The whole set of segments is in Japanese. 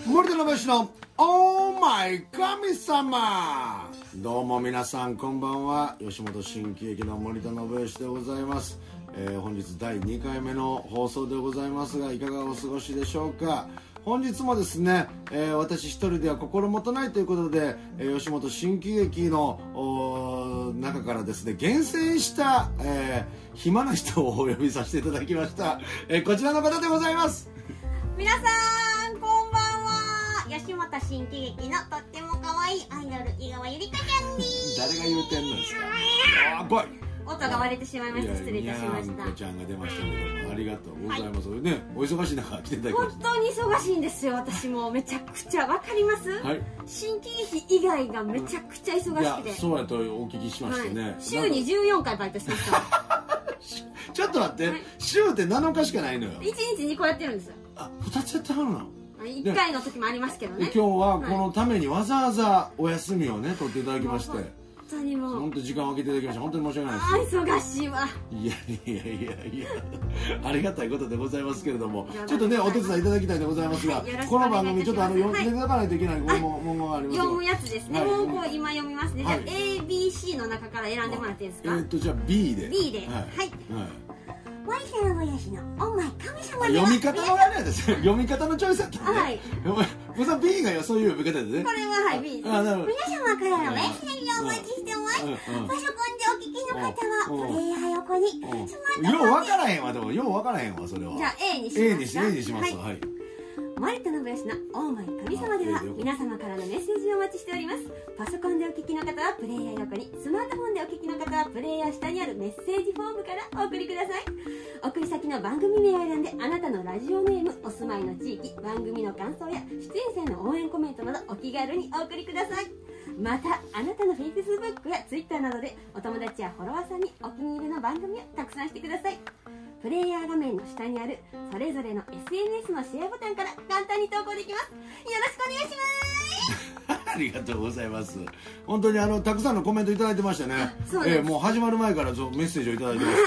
森田信義のオーマイ神様。どうも皆さんこんばんは。吉本新喜劇の森田信義でございます。本日第2回目の放送でございますが、いかがお過ごしでしょうか。本日もですね、私一人では心もとないということで、吉本新喜劇の中からですね厳選した、暇な人をお呼びさせていただきました。こちらの方でございます。 皆さんこんばんは。吉本新喜劇のとっても可愛いアイドル井川ゆりかちゃんです。 誰が言うてんのですか。あ、来い。 音が割れてしまいました。失礼いたしました。 にゃんこちゃんが出ましたけども、ありがとうございます。ね、お忙しい中来ていただきました。 本当に忙しいんですよ。私もめちゃくちゃわかります。はい。新喜劇以外がめちゃくちゃ忙しくて。いや、 そうやとお聞きしましてね。はい、 週に14回バイトしてました。 ちょっと待って、はい、週って7日しかないのよ。 1日2個やってるんですよ。 あ、2つやってはるの。 1回の時もありますけどね。 今日はこのためにわざわざお休みをね取っていただきまして。本当時間を空けていただきました。本当に申し訳ないです。 忙しいわ。 いやありがたいことでございますけれども、ちょっとねお手伝いいただきたいでございますが、この番組ちょっと読んでいただかないといけない文言があります。 読むやつですね。文言を今読みますね。じゃあ ABC の中から選んでもらっていいですか。 じゃあ B で。 B で。はい。森田信義のオーマイ神様。 読み方のあれです。読み方のチョイスやったんで。はい。僕さ B がそういう読み方ですね。 これははい B です。皆様からのメッセージをお待ちしてます。パソコンでお聞きの方はプレイヤー横にスマートフォンで。 よう分からへんわ。でもよう分からへんわそれは。 じゃあ A にします。 A にします。はい。 森田信義のオーマイ神様では皆様からのメッセージをお待ちしております。パソコンでお聞きの方はプレイヤー横に、スマートフォンでお聞きの方はプレイヤー下にあるメッセージフォームからお送りください。送り先の番組名を選んで、あなたのラジオネーム、お住まいの地域、番組の感想や出演者の応援コメントなどお気軽にお送りください。またあなたの Facebook や Twitter などでお友達やフォロワーさんにお気に入りの番組をたくさんしてください。プレイヤー画面の下にあるそれぞれの SNS のシェアボタンから簡単に投稿できます。よろしくお願いします。 ありがとうございます。本当にたくさんのコメントいただいてましてね。もう始まる前からメッセージをいただいてまして、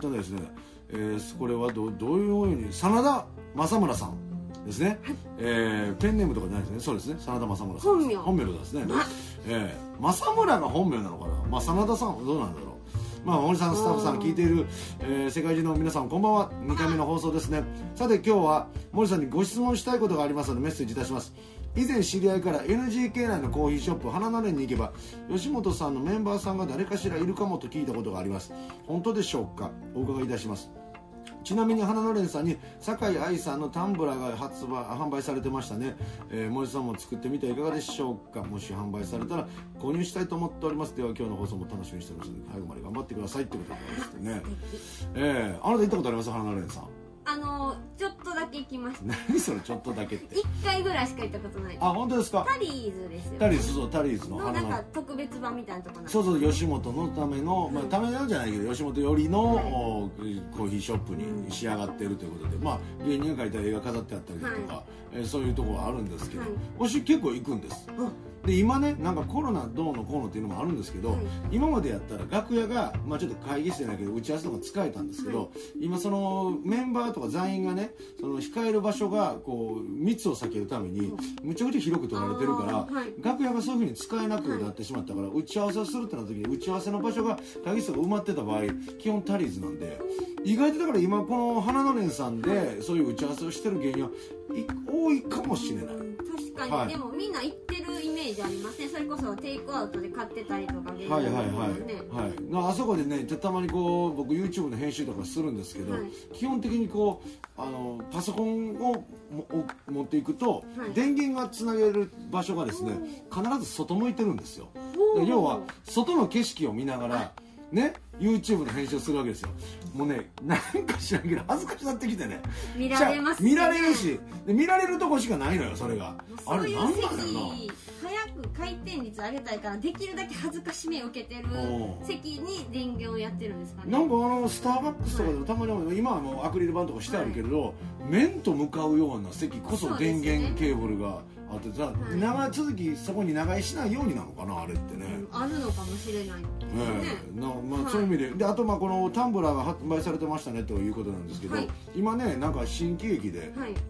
ですね、これはどういうふうに真田正村さんですね。ペンネームとかじゃないですね。そうですね。真田正村さん。本名ですね。正村が本名なのかな。まあ真田さんはどうなんだろう。まあ、森さん、スタッフさん、聞いている、世界中の皆さんこんばんは。2回目の放送ですね。さて今日は森さんにご質問したいことがありますのでメッセージいたします。以前知り合いから NGK 内のコーヒーショップ花の園に行けば吉本さんのメンバーさんが誰かしらいるかもと聞いたことがあります。本当でしょうか。お伺いいたします。ちなみに花の園さんに酒井愛さんのタンブラーが販売されてましたね。森さんも作ってみてはいかがでしょうか。もし販売されたら購入したいと思っております。では今日の放送も楽しみにしておりますので最後まで頑張ってくださいってことでございましてね。あなた行ったことあります。花の園さん。 ちょっとだけ行きました。 何それちょっとだけって。 1回ぐらいしか行ったことない。 あ、本当ですか。 タリーズですよ。 タリーズ、そうタリーズのなんか特別版みたいなところ。 そう吉本のための、まあためなんじゃないけど吉本よりのコーヒーショップに仕上がっているということで、まあ芸人が描いた絵が飾ってあったりだとか、そういうところはあるんですけど、私結構行くんです。で今ねなんかコロナどうのこうのっていうのもあるんですけど、今までやったら楽屋がまあちょっと会議室じゃないけど打ち合わせとか使えたんですけど、今そのメンバーとか座員がねその控える場所がこう密を避けるためにむちゃくちゃ広く取られてるから、楽屋がそういうふうに使えなくなってしまったから、打ち合わせをするってなった時に打ち合わせの場所が会議室が埋まってた場合基本タリーズなんで、意外とだから今この花の園さんでそういう打ち合わせをしてる芸人は多いかもしれない。 確かに、でもみんな行ってるイメージありますね。それこそテイクアウトで買ってたりとか芸人あそこでねたまにこう僕 YouTube の編集とかするんですけど、基本的にこうパソコンを持っていくと、電源がつなげる場所がですね必ず外向いてるんですよ。要は外の景色を見ながらね YouTube の編集をするわけですよ。もうねなんか知らんけど恥ずかしなってきてね、 見られますね。 見られるしで見られるとこしかないのよそれが。あれなんだろうな。 早く回転率上げたいからできるだけ恥ずかしめを受けてる席に電源をやってるんですかね。 なんかスターバックスとかでもたまに今はもうアクリル板とかしてあるけれど、面と向かうような席こそ電源ケーブルがあってさ、長続きそこに長居しないようになのかなあれってね、 あるのかもしれないまあそういう意味で、あとまあこのタンブラーが発売されてましたねということなんですけど、今ねなんか新喜劇で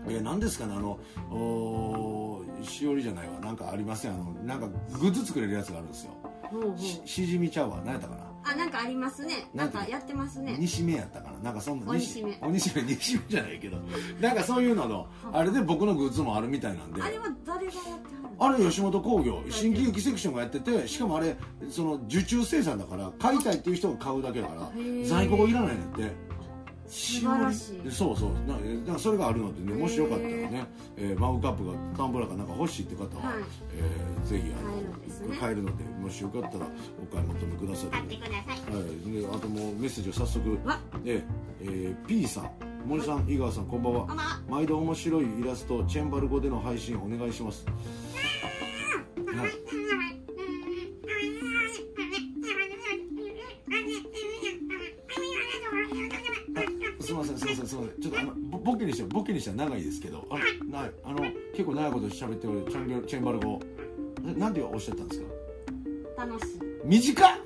何ですかね、しおりじゃないわ、なんかありません、なんかグッズ作れるやつがあるんですよ。しじみちゃうわ、何やったかな、 あ、なんかありますね、なんかやってますね。 西目やったかな、なんかそんな、 お西目じゃないけど、なんかそういうののあれで僕のグッズもあるみたいなんで。あれは誰がやってはるの？ あれ吉本興業新喜劇セクションがやってて、しかもあれその受注生産だから買いたいっていう人が買うだけだから在庫がいらないねって。 素晴らしい。 そうそう、なんかそれがあるのでね、もしよかったらね、マグカップがタンブラーかなんか欲しいって方は、ぜひ買えるので、もしよかったらお買い求めください。 買ってください。 はい、であともうメッセージを早速、P さん、森さん、井川さん、こんばんは。毎度面白いイラストチェンバル語での配信お願いします。はい、すみません、ちょっとボケにしては長いですけど、結構長いこと喋ってるチェンバル語、なんておっしゃったんですか？ 楽しい。 短っ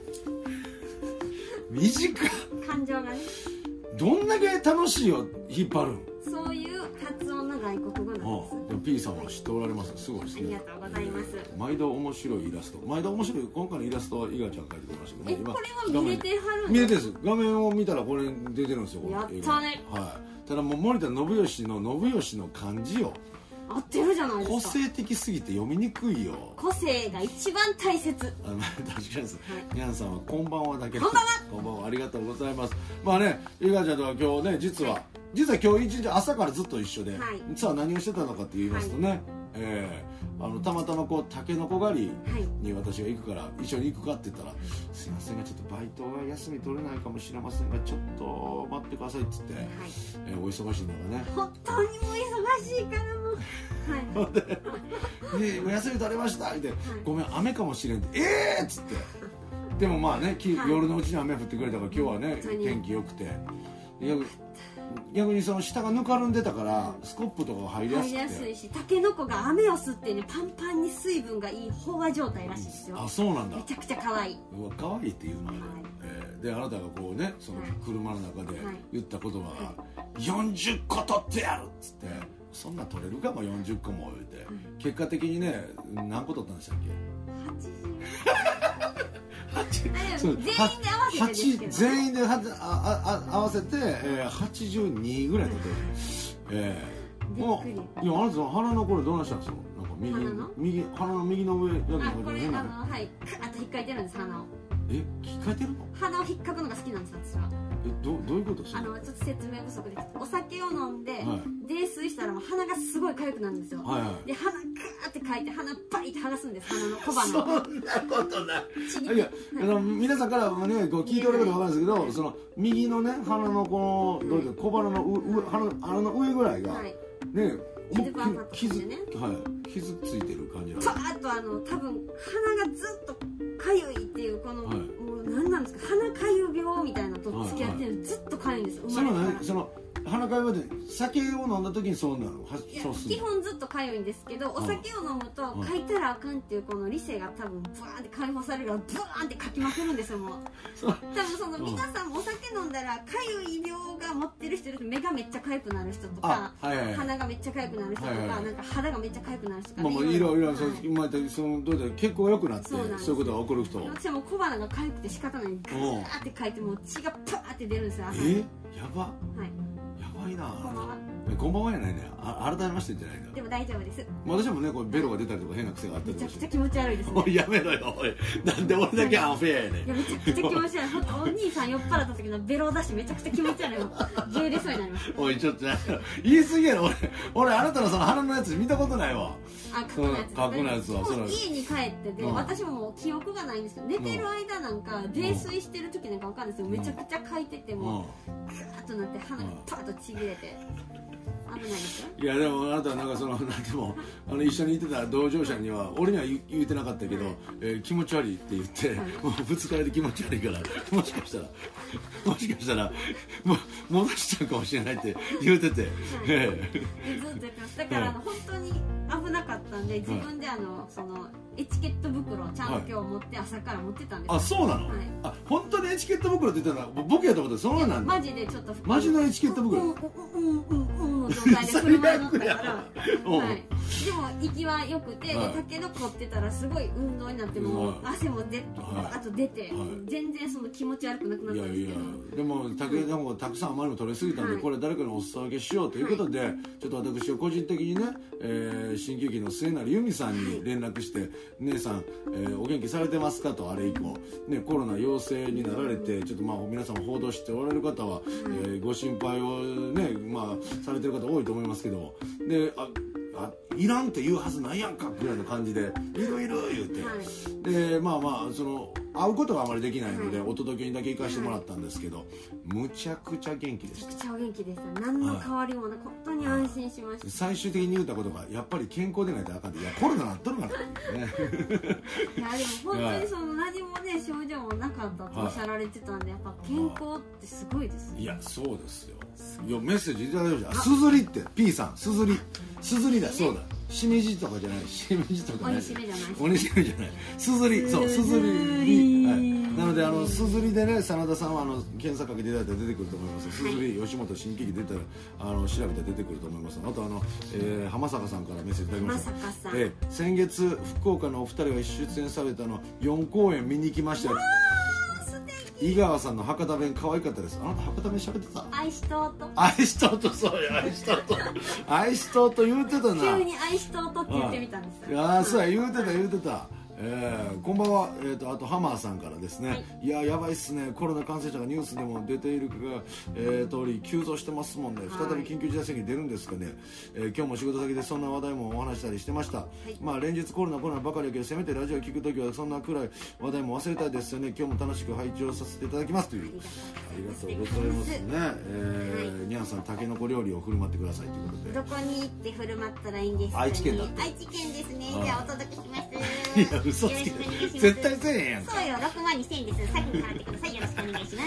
感情がね、 どんだけ楽しいを引っ張るん？ そういう発音の外国語なんです。でも P さんは知っておられます。すごいですね。 ありがとうございます。 毎度面白いイラスト、今回のイラストは伊賀ちゃん描いてくれましたけど、 これは見れてはるんですか？見れてるんです。画面を見たらこれ出てるんですよ。 やったね。 はい。ただもう森田信義の漢字を合ってるじゃないですか。 個性的すぎて読みにくいよ。 個性が一番大切。 確かにです。ニャンさんはこんばんはだけ。 こんばんは。 こんばんは、ありがとうございます。まあね、伊賀ちゃんとは今日ね、実は今日一日朝からずっと一緒で、実は何をしてたのかって言いますとね、たまたまタケノコ狩りに私が行くから一緒に行くかって言ったら、すいませんがちょっとバイトが休み取れないかもしれませんがちょっと待ってくださいって言って、お忙しい中ね、 本当にもう忙しいからもうで休み取れましたって、ごめん雨かもしれんってっつって、でもまあね、夜のうちに雨降ってくれたから今日はね天気良くて、逆にその下がぬかるんでたからスコップとかが入りやすくて、 入りやすいし、タケノコが雨を吸ってね、パンパンに水分がいい飽和状態らしいですよ。 あ、そうなんだ。 めちゃくちゃ可愛い。 うわ、可愛いっていうのはね、であなたがこうね、その車の中で言った言葉が40個取ってやるっつって、そんな取れるかも40個も言うて、結果的にね何個取ったんでしたっけ？全員で合わせて82ぐらい取ってる。いや、あなた鼻のこれどうなしたんですか？なんか鼻の右の上だけこれはい、あと引っかいてるんです、鼻を。 引っかいてるの？鼻を引っかくのが好きなんです、私は。 どういうことですか？ ちょっと説明不足で、お酒を飲んで泥酔したらもう鼻がすごい痒くなるんですよ。で、鼻グーってかいて鼻バリって剥がすんです、鼻の小鼻を。 そんなことない。いや、皆さんからもね聞いておられるか分かるんですけど、その右のね鼻のこのどういうか小鼻の鼻の上ぐらいがね、傷ついてる感じなんです。 パーッと多分鼻がずっとかゆいっていうこの、もう何なんですか、鼻かゆ病みたいなのと付き合ってる、ずっとかゆいんですよ。 その鼻かゆまで酒を飲んだ時にそうなの？ 基本ずっとかゆいんですけど、お酒を飲むとかいたらあかんっていうこの理性が多分ブワーンって解放されるからブワーンってかきまくるんですよ。もう多分その皆さんもお酒飲んだらかゆい病が持ってる人いると、目がめっちゃかゆくなる人とか、鼻がめっちゃかゆくなる人とか、なんか肌がめっちゃかゆくなる人とか、 いろいろ今そのどうだ血行が良くなってそういうことが起こる人、 私はもう小鼻がかゆくて仕方ない、ガーってかいてもう血がパーって出るんですよ。やば。いな。こんばんはやないね。改めましてじゃないの。 でも大丈夫です。 私もね、これベロが出たりとか変な癖があったりとかして。 めちゃくちゃ気持ち悪いですね。 やめろよ、おい。なんで俺だけアンフェアやねん。 いや、めちゃくちゃ気持ち悪い。ほんとお兄さん酔っ払った時のベロ出しめちゃくちゃ気持ち悪い。牛出そうになります。 おい、ちょっと言い過ぎやろ。俺あなたのその鼻のやつ見たことないわ。 角のやつは家に帰ってて、私ももう記憶がないんですけど、寝てる間なんか泥酔してる時なんかわかんないですけど、めちゃくちゃかいててもグーッとなって鼻がパーッとちぎれて危ないですよ。いやでもあなたはなんかそのなんでも一緒にいてた同乗者には俺には言うてなかったけど、気持ち悪いって言って、もうぶつかりで気持ち悪いからもしかしたらもう戻しちゃうかもしれないって言うてて、 ずっと言ってます。だから本当に危なかったんんで、自分でそのエチケット袋をちゃんと今日持って朝から持ってたんです。 あ、そうなの。あ、本当にエチケット袋って言ったら僕やと思ったらそうなんだ。 マジでちょっとマジのエチケット袋の状態で車に乗ったからはい。でも行きは良くて、タケノコってたらすごい運動になって、もう汗もあと出て、全然その気持ち悪くなくなったんですけど。 でもタケノコたくさんあまりにも取れすぎたんで、これ誰かにお裾分けしようということで、ちょっと私は個人的にね、新喜劇の末成由美さんに連絡して「姉さん、お元気されてますか?」と、あれ以降、ね、コロナ陽性になられて、ちょっとまあ皆さん報道しておられる方は、ご心配をね、まあ、されてる方多いと思いますけど、でいらんって言うはずないやんかぐらいの感じで「いるいる」言うて、でまあまあその会うことがあまりできないので、お届けにだけ行かせてもらったんですけど、むちゃくちゃ元気でした。 めちゃくちゃお元気でした。何の変わりもなく、本当に安心しました。 最終的に言ったことが、やっぱり健康でないとあかんで、いやコロナなっとるからね。 いやでも本当にその何もね症状もなかったとおっしゃられてたんで、やっぱ健康ってすごいですね。 いやそうですよ。いやメッセージいただきました。すずりって P さん、すずりだ、そうだ。しめじとかじゃない、しめじとかない、 鬼しめじゃない、 鬼しめじゃない、すずり、そう、すずり、はい、なのですずりでね、真田さんは検索かけていただいたら出てくると思います。すずり吉本新喜劇出たら調べたら出てくると思います。あと浜坂さんからメッセージいただきました。先月福岡のお二人が出演されたの4公演見に行きましたよ。井川さんの博多弁可愛かったです。あなた博多弁喋ってた？ 愛しとうと。 愛しとうと、そうよ、愛しとうと。愛しとうと言うてたな。 急に愛しとうとって言ってみたんですよ。 ああ、そうや、言うてた。こんばんは。あとハマーさんからですね、いややばいっすね、コロナ感染者がニュースでも出ているが、通り急増してますもんね。再び緊急事態宣言出るんですかね。今日も仕事先でそんな話題もお話したりしてました。まあ連日コロナばかりやけど、せめてラジオ聞くときはそんなくらい話題も忘れたいですよね。今日も楽しく拝聴させていただきますという、ありがとうございますね。ニャンさん、タケノコ料理を振る舞ってくださいということで。 どこに行って振る舞ったらいいんですか？ 愛知県だって。 愛知県ですね。じゃあお届けします。 いや嘘つけ、絶対せえへんやんか。 そうよ、6万2000円です。先に払ってください。よろしくお願いします。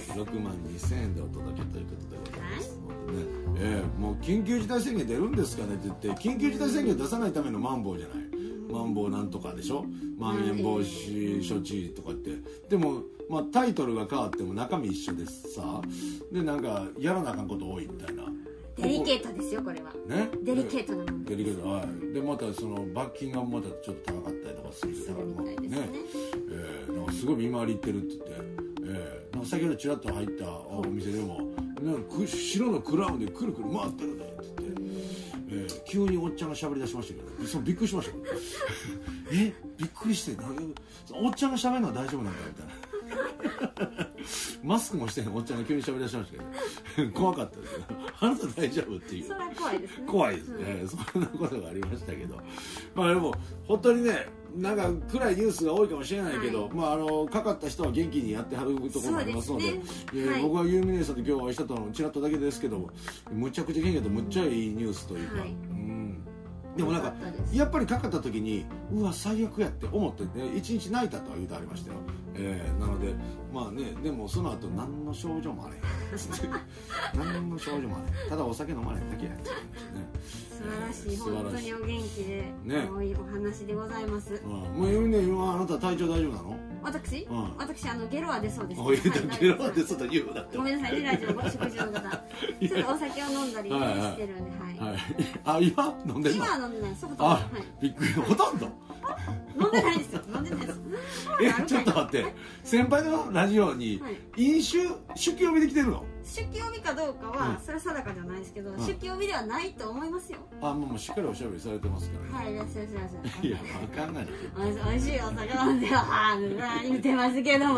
はい、6万2000円でお届けということでございますのでね、もう緊急事態宣言出るんですかねって言って、緊急事態宣言出さないためのマンボウじゃない。マンボウなんとかでしょ、まん延防止処置とかって。でも、まあ、タイトルが変わっても中身一緒ですさ。でなんかやらなあかんこと多いみたいな。 デリケートですよ、これはね。デリケートなもの。 デリケート、はい。でまたその罰金がまたちょっと高かったりとかするみたいですね。 なんかすごい見回り行ってるって言って、なんか先ほどちらっと入ったお店でもなんか白のクラウンでくるくる回ってるねって言って、急におっちゃんが喋り出しましたけど、そのびっくりしましたけどびっくりして、おっちゃんが喋るのは大丈夫なんだみたいな。マスクもしてへんおっちゃんが急に喋り出しましたけど怖かったですけど、あなた大丈夫っていう。 それは怖いですね。 怖いですね、そんなことがありましたけど、まあでも本当にね、なんか暗いニュースが多いかもしれないけど、まあかかった人は元気にやってはるところもありますので、僕はユーミネさんと今日お会いしたのちらっとだけですけど、むちゃくちゃ元気だとむっちゃいいニュースというか、でもなんかやっぱりかかった時にうわ最悪やって思ってね、一日泣いたとは言うてありましたよ。なのでまあね、でもその後何の症状もあれ何の症状もあれ、ただお酒飲まないだけやって言いましたね。 素晴らしい、本当にお元気で多いお話でございます。 もうユミネ、今あなた体調大丈夫なの？ 私ゲロは出そうです。 ゲロは出そうと言うなって。 ごめんなさいね、ラジオご食事の方、ちょっとお酒を飲んだりしてるんで、 あ、今飲んでるの？ 今は飲んでない、ソフト。 びっくり、ほとんど飲んでないですよ、飲んでないです。 ちょっと待って、先輩のラジオに飲酒酒気帯びできてるの？ 酒気帯びかどうかはそれは定かじゃないですけど、酒気帯びではないと思いますよ。 もうしっかりおしゃべりされてますからね。 はい、いらっしゃいませ。 いや、わかんない。 おいしいお酒飲んで言ってますけども、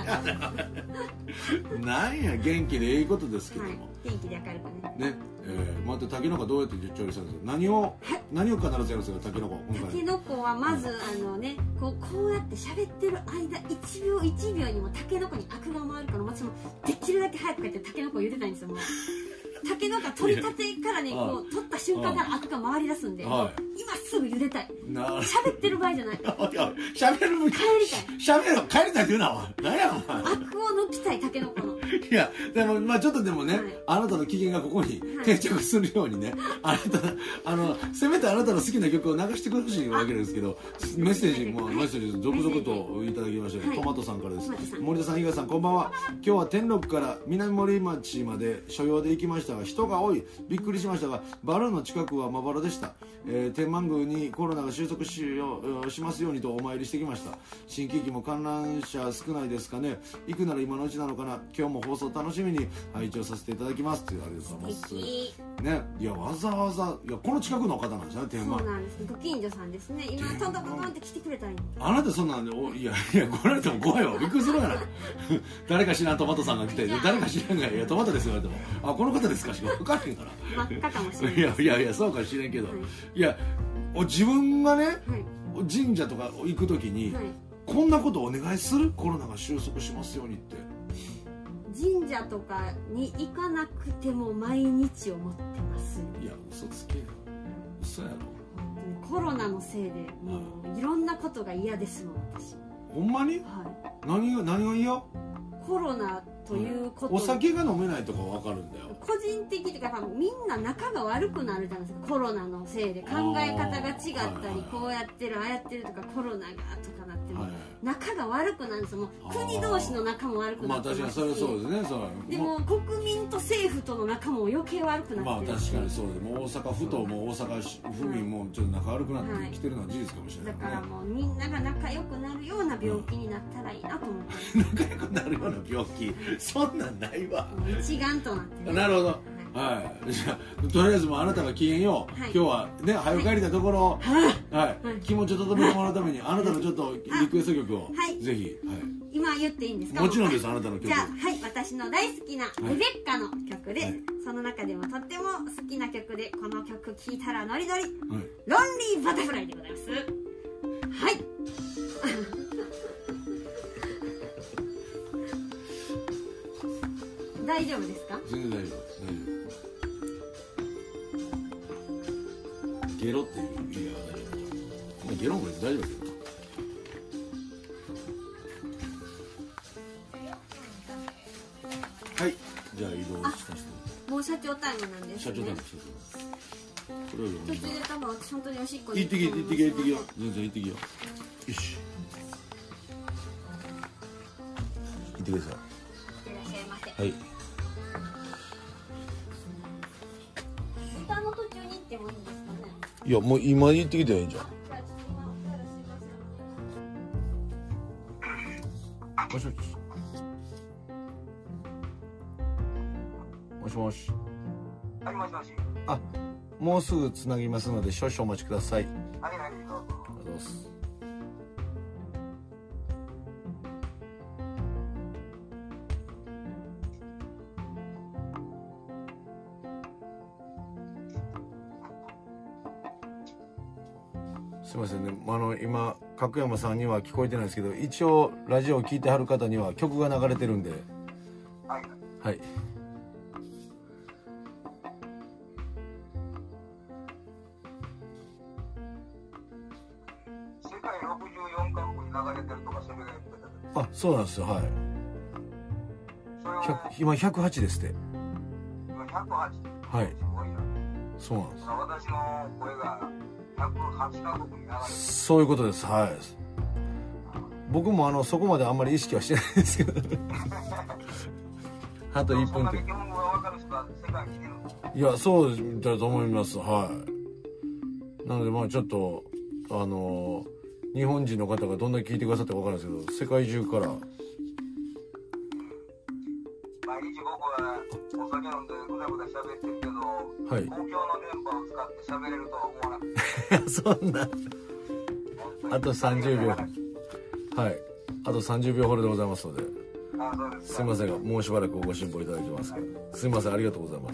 なんや元気でいいことですけども、 元気で明るくね。 またタケノコどうやって調理したんですか？何を必ずやるんですか？タケノコ。 タケノコはまずこうやって喋ってる間1秒1秒にもタケノコにアクが回るから、私もできるだけ早く帰ってタケノコを茹でたいんですよ。もうタケノコ取りたてからね、こう取った瞬間からアクが回り出すんで、今すぐ茹でたい。喋ってる場合じゃない。 喋る帰りたい。帰りたいって言うなお前。何やお前。 アクを抜きたい、タケノコの。 いやでもまあちょっとでもね、あなたの機嫌がここに定着するようにね、あなたせめてあなたの好きな曲を流してほしいわけですけど、メッセージ続々といただきました。トマトさんからです。森田さん、東さん、こんばんは。今日は天禄から南森町まで所用で行きましたが、人が多い、びっくりしましたが、バルーンの近くはまばらでした。天満宮にコロナが収束しますようにとお参りしてきました。新喜劇も観覧者少ないですかね。行くなら今のうちなのかな。今日も放送楽しみに拝聴させていただきますってありがとうございますね。いやわざわざこの近くの方なんですね。天満。 そうなんです。ご近所さんですね。今トントントンって来てくれたらいい。 あなたそんなんでいや来られても怖いわ。びっくりするから誰か知らんトマトさんが来て、誰か知らんがいやトマトですよって言われても、あこの方ですかしか分からへんから。 真っ赤かもしれない。 いやそうかもしれんけど、いや自分がね、神社とか行く時に、こんなことお願いする？コロナが収束しますようにって。 神社とかに行かなくても毎日思ってます。 いや嘘つけよ。嘘やろ。 コロナのせいでもういろんなことが嫌ですもん私。 ほんまに？何が嫌？ コロナということ、 お酒が飲めないとか分かるんだよ。 個人的というかみんな仲が悪くなるじゃないですか。コロナのせいで考え方が違ったり、こうやってるああやってるとか、コロナがとかなっても仲が悪くなるんですよ。もう国同士の仲も悪くなってますし、 まあ確かにそうですね。 でも国民と政府との仲も余計悪くなってる。 まあ確かにそうです。もう大阪府とも大阪府民もちょっと仲悪くなってきてるのは事実かもしれない、 だからもうみんなが仲良くなるような病気になったらいいなと思って、 仲良くなるような病気そんなんないわ。 一丸となって、 なるほど。はい、じゃあとりあえずもうあなたが機嫌よう、今日はね早帰りたところ、気持ちを整えてもらうためにあなたのちょっとリクエスト曲をぜひ、 今言っていいんですか？ もちろんです。あなたの曲。 じゃあ私の大好きなレベッカの曲で、その中でもとっても好きな曲で、この曲聴いたらノリノリ、ロンリーバタフライでございます。はい大丈夫ですか？ 全然大丈夫。ゲロっていう意味は大丈夫。ゲロも大丈夫だけど。はい、じゃあ移動させて。 もう社長タイムなんですね。 社長タイム。これを読途中で多分私本当におしっこ行ってきよ。全然行ってきよ。よし。行ってください。 いらっしゃいませ。 はい。 歌の途中に行ってもいいんですかね？ いやもう今行ってきたらいいんじゃん。もしもし。もしもし。 はい、もしもし。 あ、もうすぐつなぎますので少々お待ちください。 はい、はい、どうぞ。 ありがとうございます。すみませんね、今角山さんには聞こえてないですけど、一応ラジオを聞いてはる方には曲が流れてるんで、 はい、 はい、 世界64カ国に流れてるとかそれが言ってた。 あ、そうなんですよ。はい。今108ですって。 今108。 はい。 すごいな。 そうなんです。 私の声が108カ国に流れてる。 そういうことです。はい。僕もそこまであんまり意識はしてないですけどあと1分って。いや、そうだと思います。はい。なのでまあちょっと日本人の方がどんだけ聞いてくださったか分からないですけど、世界中から毎日僕はお酒飲んでぐだぐだ喋ってるけど、はい、公共の電波を使って喋れるとは思わなくてそんなあと30秒、はい、あと30秒ほどでございますので、すいませんがもうしばらくご辛抱いただきますけど、すいません、ありがとうございます。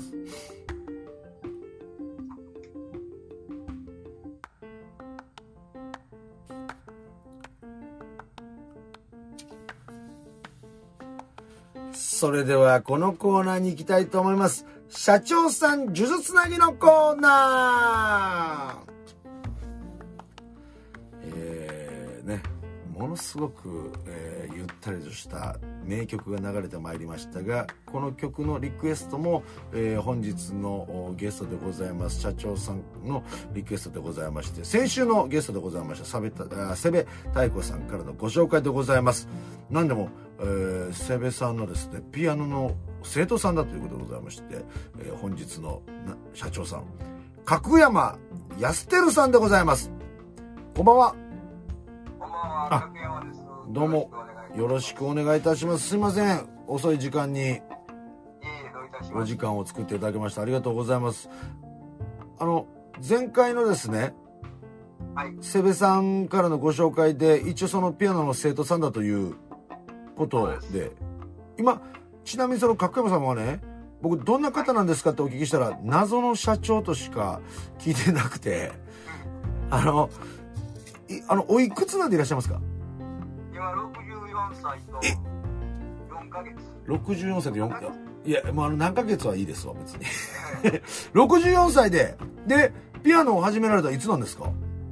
それではこのコーナーに行きたいと思います。社長さん数珠つなぎのコーナー。ね、 ものすごく、ゆったりとした名曲が流れてまいりましたが、この曲のリクエストも、本日のゲストでございます社長さんのリクエストでございまして、先週のゲストでございましたセベ太子さんからのご紹介でございます。何でも、セベさんのですねピアノの生徒さんだということでございまして、本日の社長さん角山康輝さんでございます。こんばんは。 こんばんは。角山です。 どうもよろしくお願いいたします。すいません、遅い時間にお時間を作っていただきましてありがとうございます。前回のですね、 はい、 セベさんからのご紹介で一応そのピアノの生徒さんだということで、今ちなみにその角山さんはね、僕どんな方なんですかってお聞きしたら謎の社長としか聞いてなくて、おいくつなんでいらっしゃいますか？ 今64歳と4ヶ月。 64歳と4ヶ月。いや、何ヶ月はいいですわ、別に。64歳で、ピアノを始められたらいつなんですか？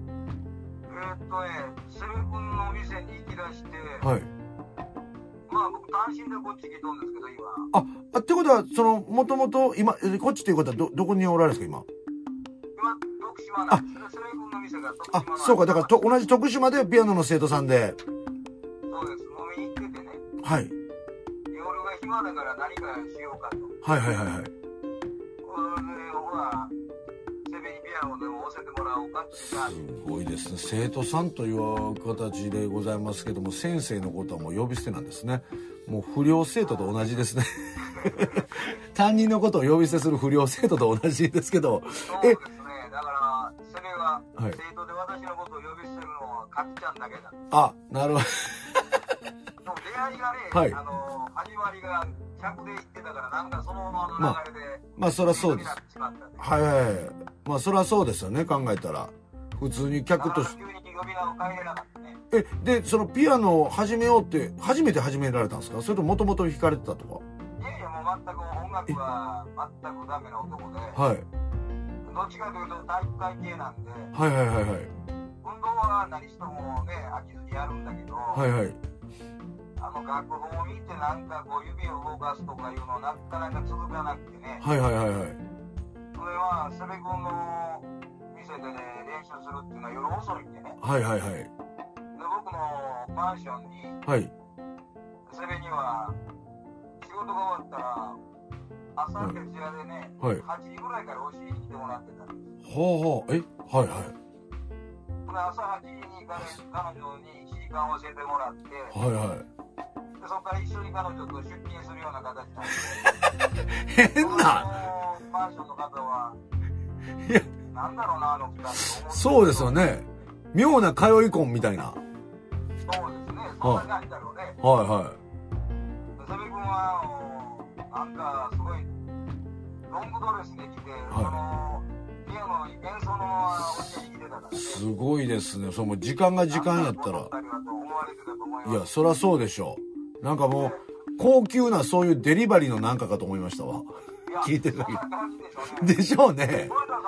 セレ君の店に行き出して、 はい。 僕単身でこっち来とんですけど、今。 ってことは、もともと、今、こっちということはどこにおられるんですか、今？ 今、徳島なんです。セレ君の店が徳島なんです。 そうか、だから同じ徳島でピアノの生徒さんで。 そうです。飲みに行っててね。 はい。 夜が暇だから何かしようかと。 はいはいはいはい。 これで、ほら、セベにピアノでも教えてもらおうかってすごいですね。生徒さんという形でございますけども、先生のことはもう呼び捨てなんですね。もう不良生徒と同じですね。担任のことを呼び捨てする不良生徒と同じですけど。 そうですね。だから、セベが生徒で私のことを呼び捨てるのはかっちゃんだけだ。 なるほど。 出会いがね、始まりが客で行ってたから、なんかそのままの流れで、 そりゃそうです。はいはい。そりゃそうですよね、考えたら。普通に客として。 急に呼び名を変えれなかったね。 で、そのピアノを始めようって、初めて始められたんですか？それともともと弾かれてたとか？ いやいや、もう全く音楽は全くダメな男で、 はい。 どっちかというと体育会系なんで、 はいはいはいはい。 運動は何してもね、飽きずにやるんだけど、 はいはい。 楽譜を見てなんかこう指を動かすとかいうのなかなか続かなくてね。 はいはいはいはい。 それはセベ君の店でね、練習するっていうのは夜遅いんでね。 はいはいはい。 で、僕のマンションに、 はい。 セベには仕事が終わったら朝徹夜でね、 はい、 8時ぐらいから教えに来てもらってた。 ほうほう。はいはい。 朝8時に彼女に1時間教えてもらって、 はいはい。 でそこから一緒に彼女と出勤するような形なんで変なマンションの方は、 いや、 なんだろうな、2人。 そうですよね。妙な通い婚みたいな。 そうですね、そんな感じだろうね。 はいはい。 セベ君は、なんかすごい、ロングドレスで来て、ピアノ演奏のまま教えに来てたからね。すごいですね。もう時間が時間やったら。いや、そりゃそうでしょう。なんかもう、高級なそういうデリバリーのなんかかと思いましたわ。聞いてるだけ。でしょうね。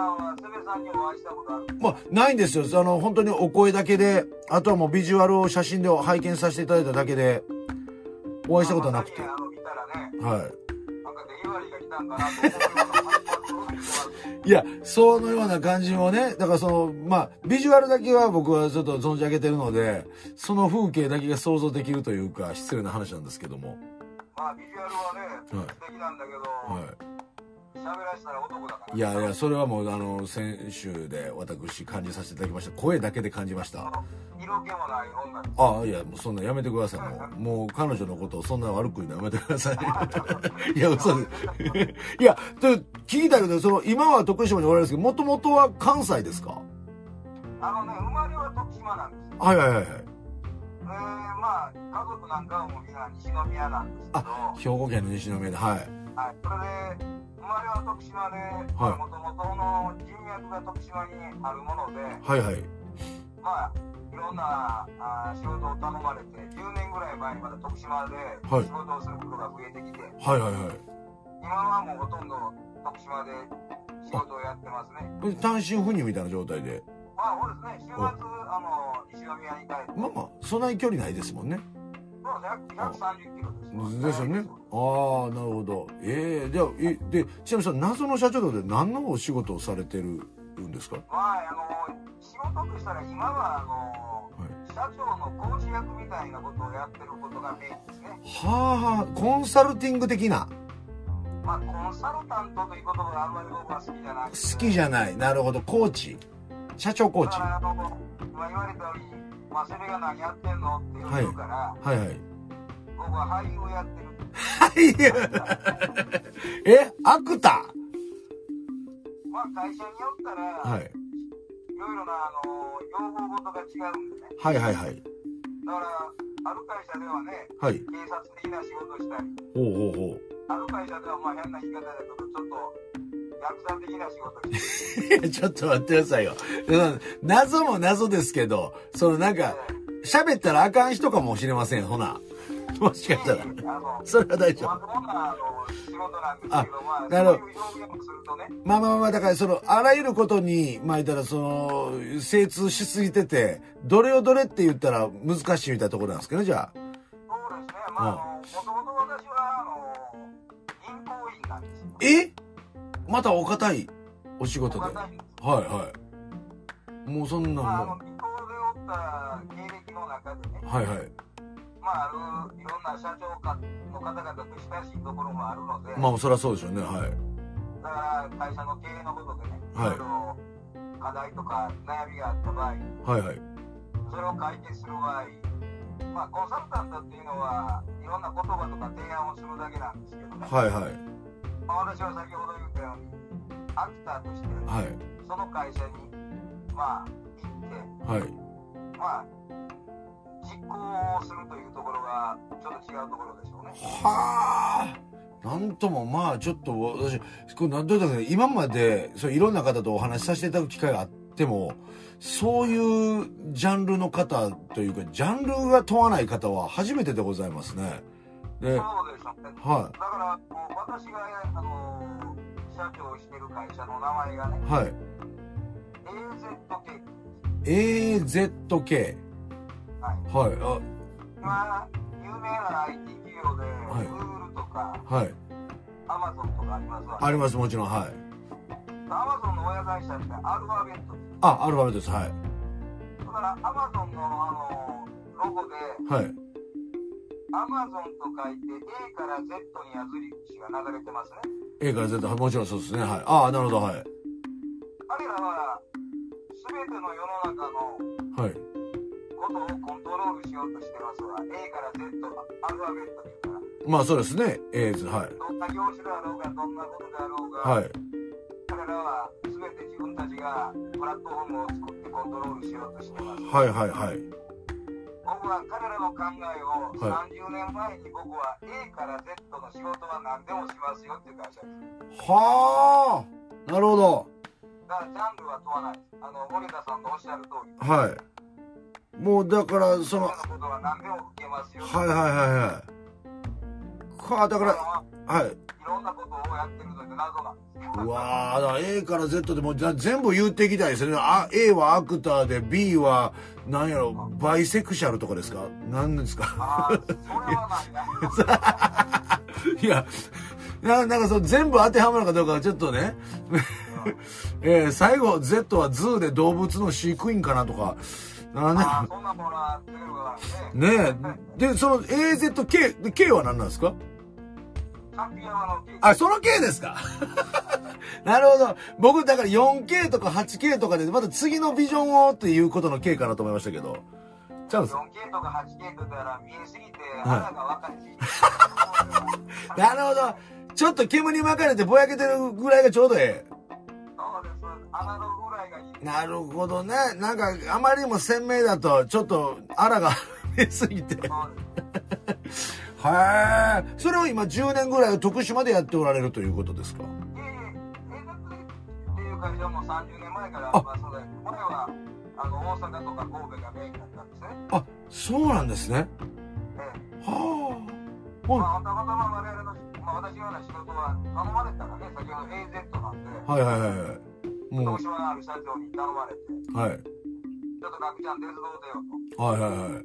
ないんですよ。本当にお声だけで、あとはもうビジュアルを写真で拝見させていただいただけで、お会いしたことはなくて。はい。いや、そのような感じもね、だからビジュアルだけは僕はちょっと存じ上げてるので、その風景だけが想像できるというか、失礼な話なんですけども。 ビジュアルはね、素敵なんだけど、はい。喋らせたら男だから。 いやいや、それはもう、先週で私感じさせていただきました。声だけで感じました。 色気もない女。 いや、もうそんなやめてください。もう彼女のことをそんな悪く言うのやめてください。いや、嘘です。いや、聞きたいけど、今は徳島におられるんですけど、もともとは関西ですか？ 生まれは徳島なんです。 はいはいはいはい。 家族なんかはもうみんな西宮なんですけど。 兵庫県の西宮で、はい。 はい。それで、生まれは徳島で、もともとの人脈が徳島にあるもので、 はいはい。 いろんな仕事を頼まれて、10年ぐらい前にまだ徳島で仕事をすることが増えてきて、 はいはいはい。 今はもうほとんど徳島で仕事をやってますね。 単身赴任みたいな状態で。 あ、そうですね。週末、西宮に帰って。 まあまあ、そんなに距離ないですもんね。 そうですね。130キロです。 ですよね。ああ、なるほど。じゃあ、で、ちなみにその謎の社長で何のお仕事をされてるんですか？ まあ、仕事としたら今は、社長のコーチ役みたいなことをやってることがメインですね。 はあ、コンサルティング的な。 まあ、コンサルタントという言葉があんまり僕は好きじゃない、ね。 好きじゃない。なるほど。コーチ。社長コーチ。 今言われたように、まあ、それが何やってんのって言うから、 はいはい。 僕は俳優をやってる。 俳優アクター。 まあ、会社によったら、はい。いろいろな、用語事が違うんでね。 はいはいはい。 だから、ある会社ではね、 はい。 警察的な仕事したり。 ほうほうほう。 ある会社では、まあ、変な言い方だけど、ちょっと、役者的な仕事してる。 ちょっと待ってくださいよ。謎も謎ですけど、なんか、喋ったらあかん人かもしれません、ほな。もしかしたら。それは大丈夫。 仕事なんですけど、まあ、 なるほど。 そういう表現をするとね。 まあ、だからあらゆることに、まあ言ったら精通しすぎてて、どれをどれって言ったら難しいみたいなところなんですけどね、じゃあ。 そうですね。まあ、もともと私は、銀行員なんですよ。 またお堅いお仕事で。はいはい。もうそんなんも。 まあ、銀行でおった経歴の中でね。 はいはい。 まあ、いろんな社長の方々と親しいところもあるので。 まあ、そりゃそうでしょうね、はい。 だから、会社の経営のことでね、 はい、 いろいろ課題とか悩みがあった場合、 はいはい。 それを解決する場合、まあ、コンサルタントっていうのは、いろんな言葉とか提案をするだけなんですけどね。はいはい。まあ、私は先ほど言ったように、アクターとして、はい、その会社に、まあ、行って、はい、まあ、実行をするというところが、ちょっと違うところでしょうね。はあ。なんともまあちょっと私なんとなく今までいろんな方とお話しさせていただく機会があってもそういうジャンルの方というかジャンルが問わない方は初めてでございますね。 で、そうでしょうね。はい。だから私が社長をしている会社の名前がね。はい。 AZK。はい。はい。 今有名な IT 企業で、はい、Google とか、はい、Amazon とかありますわ、ね。 あります、もちろん、はい。 Amazon の親会社ってアルファベットです。 あ、アルファベットです、はい。 だから Amazon のロゴで、はい。Amazon と書いて A から Z に矢印が流れてますね。 A から Z、もちろんそうですね、はい。ああ、なるほど、はい。 彼らは、すべての世の中の、はい。ことをコントロールしようとしてますわ。A から Z、アルファベットですから。 まあそうですね。A 図、はい。 どんな業種であろうが、どんなことであろうが、はい。彼らは全て自分たちがプラットフォームを作ってコントロールしようとしてます。 はいはいはい。 僕は彼らの考えを30年前に僕は A から Z の仕事は何でもしますよっていう会社です。 はあ、なるほど。 だからジャンルは問わないです。森田さんのおっしゃる通り。 はい。もうだからはいはいはいはい。だからはい。いろんなことをやってるので謎なんですよ。 うわあ、だから A から Z でも全部言っていきたいですね。A はアクターで B は何やろバイセクシャルとかですか？何ですか？ それはないな。 いやなんか全部当てはまるかどうかはちょっとね。最後 Z はズーで動物の飼育員かなとか。 そんなものは出るわね。ねえ。で、その AZK、K は何なんですか？その K ですか？なるほど。僕、だから 4K とか 8K とかで、また次のビジョンをっていうことの K かなと思いましたけど。 ちゃうんです。4K とか 8K とから見えすぎて、鼻が分かりなるほど。ちょっと煙に巻かれてぼやけてるぐらいがちょうどええ。 そうです。アナログぐらいがいい。 なるほどね。なんか、あまりにも鮮明だと、ちょっと、あらが見えすぎて。はい。それを今10年ぐらい徳島でやっておられるということですか？ っていう会社も30年前からありますので、これは大阪とか神戸がメインだったんですね。 あ、そうなんですね。はあ。まあ、たまたま我々の、私のような仕事は頼まれたらね、先ほど AZ なんで。 はいはいはい。 徳島のある社長に頼まれて、 はい。 ちょっと角ちゃん手伝うてよと。 はいはいはい。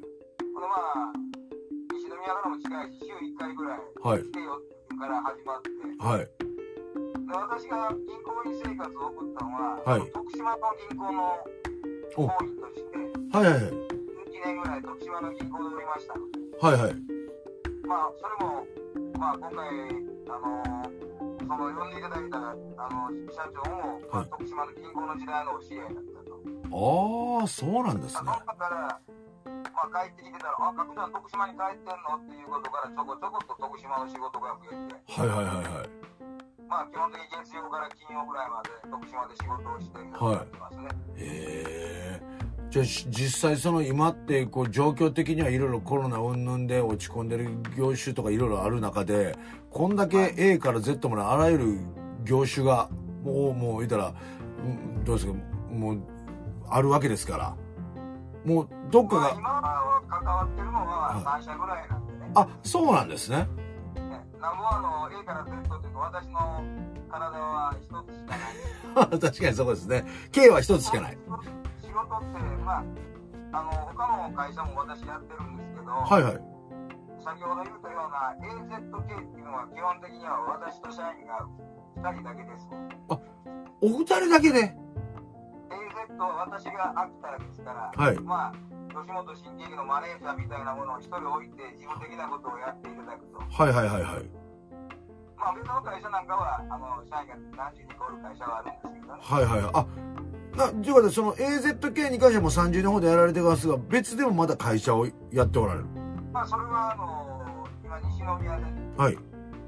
西宮からも近いし、週1回ぐらい来てよってから始まって、 はい。 で私が銀行員生活を送ったのは、 はい、 徳島の銀行の行員として、 はいはいはい。 1年ぐらい徳島の銀行でおりましたので、 はいはい。 それも、今回、その呼んでいただいた社長も、徳島の銀行の時代のお知り合いだったと。 ああ、そうなんですね。 だから、帰ってきてたら、角ちゃん徳島に帰ってんのっていうことからちょこちょこと徳島の仕事が増えて、 はいはいはいはい。 基本的に月曜から金曜ぐらいまで徳島で仕事をしているようになってますね。 へえ。じゃあ実際その今ってこう状況的にはいろいろコロナ云々で落ち込んでる業種とかいろいろある中で、こんだけ A から Z まであらゆる業種がもう言ったらどうですか、もうあるわけですから、もうどっかが、 今は関わってるのは3社ぐらいなんでね。 あ、そうなんですね。 なんぼA から Z というか、私の体は一つしかない。 確かにそうですね。K は一つしかない。 仕事って、他の会社も私やってるんですけど、 はいはい。 先ほど言ったような AZK っていうのは基本的には私と社員が2人だけです。 あ、お二人だけで AZ は私が秋田ですから、 はい。 吉本新喜劇のマネージャーみたいなものを一人置いて事務的なことをやっていただくと。 はいはいはいはい。 別の会社なんかは社員が何十人かおる会社はあるんですけどね。 はいはいはい。ということでその AZK に関しても30年ほどやられてますが、別でもまだ会社をやっておられる。 それは今西宮で、 はい。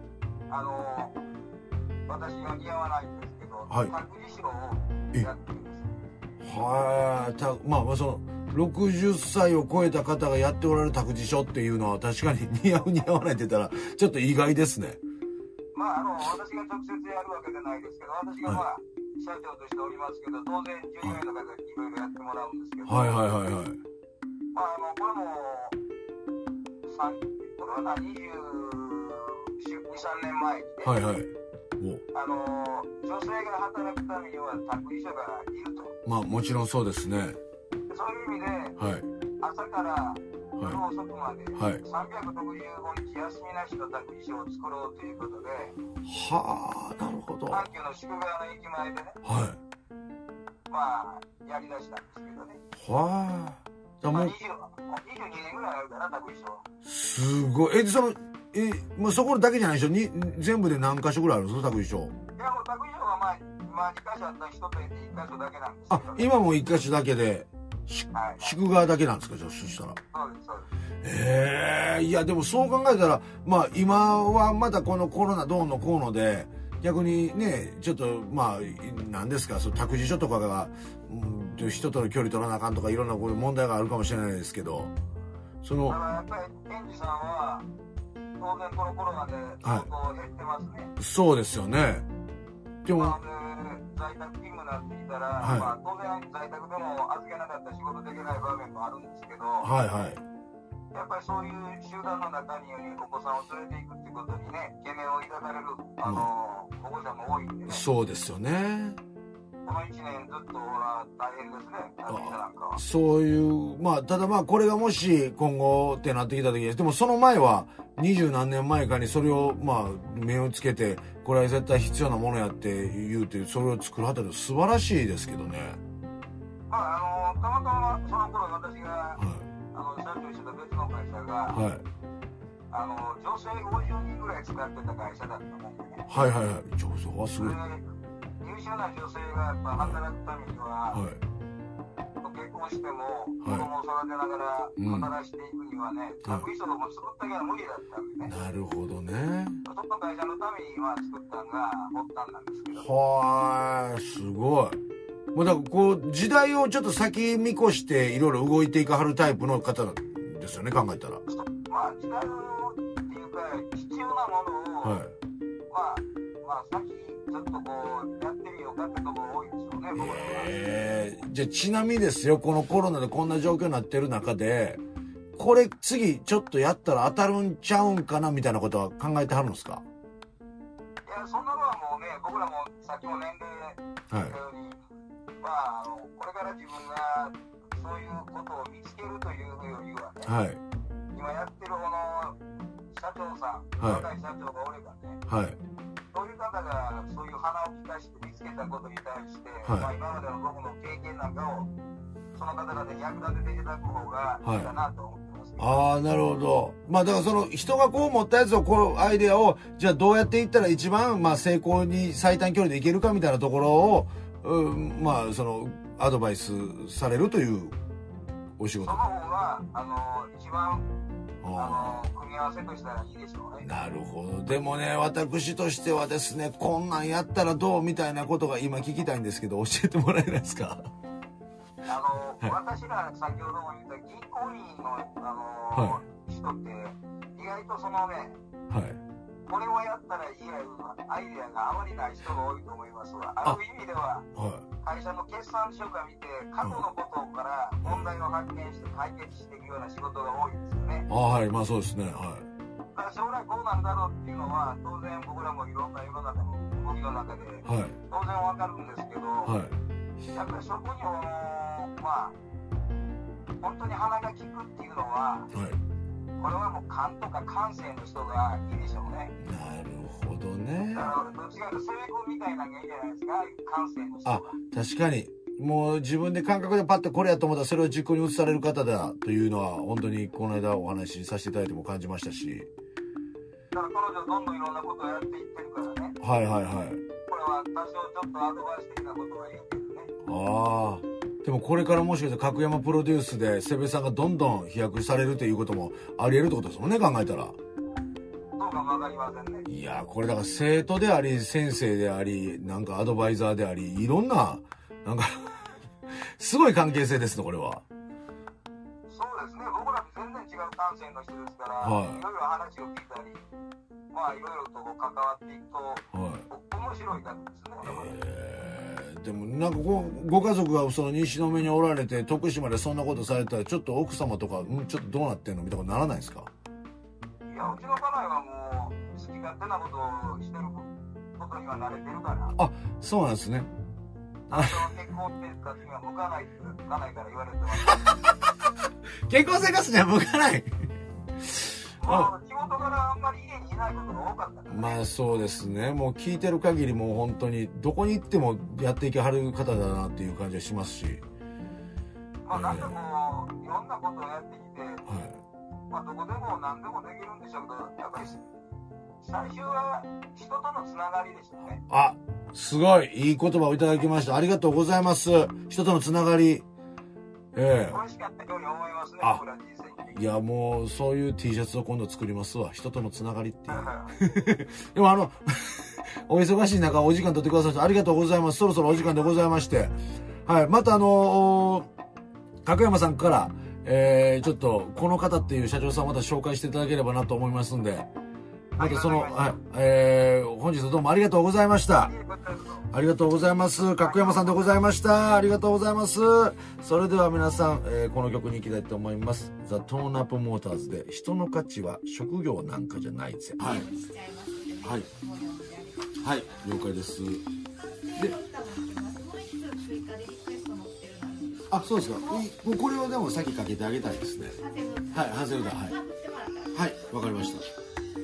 私が似合わないんですけど、 はい。 託児所をやってるんです。 はい。その60歳を超えた方がやっておられる託児所っていうのは確かに似合う似合わないって言ったらちょっと意外ですね。 私が直接やるわけじゃないですけど、私が社長としておりますけど、当然従業員の方にいろいろやってもらうんですけど、 はいはいはいはい。 これもこれは22、3年前にね、 はいはい。 女性が働くためには託児所がいると。 もちろんそうですね。 そういう意味で、 はい、 朝から夜遅くまで、 はい、 365日休みなしの託児所を作ろうということで、 はあ、なるほど。 阪急の宿川の駅前でね、 はい、 やりだしたんですけどね。 はあ。 22年ぐらいあるかな、託児所は。 すごい。そこだけじゃないでしょ。全部で何箇所ぐらいあるんですか、託児所。 いや、もう託児所は2箇所あった人と1箇所だけなんですけど、ね。 今も1箇所だけで、宿川だけなんですか、じゃあ、そしたら。 そうです、そうです。 いや、でもそう考えたら、今はまだこのコロナどうのこうので、逆にね、ちょっと、何ですか、託児所とかが、人との距離取らなあかんとか、いろんなこういう問題があるかもしれないですけど、 だからやっぱり、ケンジさんは、当然このコロナで仕事減ってますね。 そうですよね。でも、 在宅勤務になってきたら、当然在宅でも預けなかったら仕事できない場面もあるんですけど、 はいはい。 やっぱりそういう集団の中にお子さんを連れていくっていうことにね、懸念を抱かれる保護者も多いんでね。 そうですよね。 この1年ずっと大変ですね、なんかは。 そういう、ただこれがもし今後ってなってきた時でもその前は20何年前かにそれを目をつけて、これは絶対必要なものやって言うて、それを作るあたり素晴らしいですけどね。 たまたまその頃私が、社長してた別の会社が、女性50人ぐらい使ってた会社だったもんでね。 はいはいはい。女性はすごい。 優秀な女性がやっぱ働くためには、結婚しても子供を育てながら働していくにはね、託児所も作ったけど無理だったんでね。 なるほどね。 その会社のために作ったのが発端なんですけど。 はーい、すごい。だから時代をちょっと先見越していろいろ動いていかはるタイプの方ですよね、考えたら。 時代っていうか必要なものを、先ちょっとやってみようかってところ多いでしょうね、僕は。 じゃあちなみにですよ、このコロナでこんな状況になってる中で、これ次ちょっとやったら当たるんちゃうんかなみたいなことは考えてはるんですか？ いや、 や、そんなのはもうね、僕らもさっきも年齢言ったように、まあ、これから自分がそういうことを見つけるというよりはね、今やってるこの社長さん、若い社長がおればね、そういう方がそういう花を利かして見つけたことに対して、まあ、今までの僕の経験なんかをその方々に役立てていただく方がいいかなと思ってます、ね。 ああ、なるほど。まあだからその人がこう持ったやつを、こうアイデアをじゃあどうやっていったら一番まあ成功に最短距離でいけるかみたいなところを、まあそのアドバイスされるというお仕事。 その方が一番組み合わせとしたらいいでしょうね。 なるほど。でもね、私としてはですね、こんなんやったらどうみたいなことが今聞きたいんですけど、教えてもらえないですか？ 私ら先ほども言った銀行員の、人って意外とそのね、これをやったらいいアイデアがあまりない人が多いと思いますわ。ある意味では、会社の決算書が見て過去のことから問題を発見して解決していくような仕事が多いですよね。 まあそうですね。だから将来こうなんだろうっていうのは当然僕らもいろんな世の中の動きの中で当然わかるんですけど、やっぱりそこにまあ本当に鼻が利くっていうのは、これはもう勘とか感性の人がいいでしょうね。 なるほどね。 だからどっちかというと攻め込みたいなのがいいじゃないですか、感性の人は。 確かに。もう自分で感覚でパッとこれやと思ったらそれを実行に移される方だというのは本当にこの間お話しさせていただいても感じましたし。 だから彼女どんどんいろんなことをやっていってるからね。これは多少ちょっとアドバイス的なことは言うけどね。 でもこれからもしかしたら角山プロデュースでセベさんがどんどん飛躍されるということもあり得るってことですもんね、考えたら。 そうかもわかりませんね。 いや、これだから生徒であり先生でありなんかアドバイザーでありいろんななんかすごい関係性ですね、これは。 そうですね、僕らと全然違う感性の人ですから、いろいろ話を聞いたり、まあいろいろと関わっていくと、面白い方ですね。 でもなんかご家族がその西宮におられて徳島でそんなことされたらちょっと奥様とかちょっとどうなってんのみたいなことならないですか？ いや、うちの家内はもう好き勝手なことをしてることには慣れてるから。 そうなんですね。 結婚生活には向かないって家内から言われてます。 結婚生活には向かない。 仕事からあんまり家にいないことが多かったから、ね。 まあそうですね。もう聞いてる限りもう本当にどこに行ってもやっていけはる方だなっていう感じがしますし。 まあなんかこういろんなことをやってきて、まあどこでも何でもできるんでしょうけど、やっぱり最終は人とのつながりですよね。 すごいいい言葉をいただきました。ありがとうございます。人とのつながり。 美味しかったように思いますね。僕ら人生いやもうそういう T シャツを今度作りますわ。人とのつながりっていうでもお忙しい中お時間取ってくださってありがとうございます。そろそろお時間でございまして、また角山さんからちょっとこの方っていう社長さんをまた紹介していただければなと思いますんで、また本日はどうもありがとうございました。ありがとうございます。角山さんでございました。ありがとうございます。それでは皆さん、この曲に行きたいと思います。ザ・トーンアップモーターズで人の価値は職業なんかじゃないぜ。はい、了解です。で、そうですか。これをでも先かけてあげたいですね。ハゼルダ。はい、わかりました。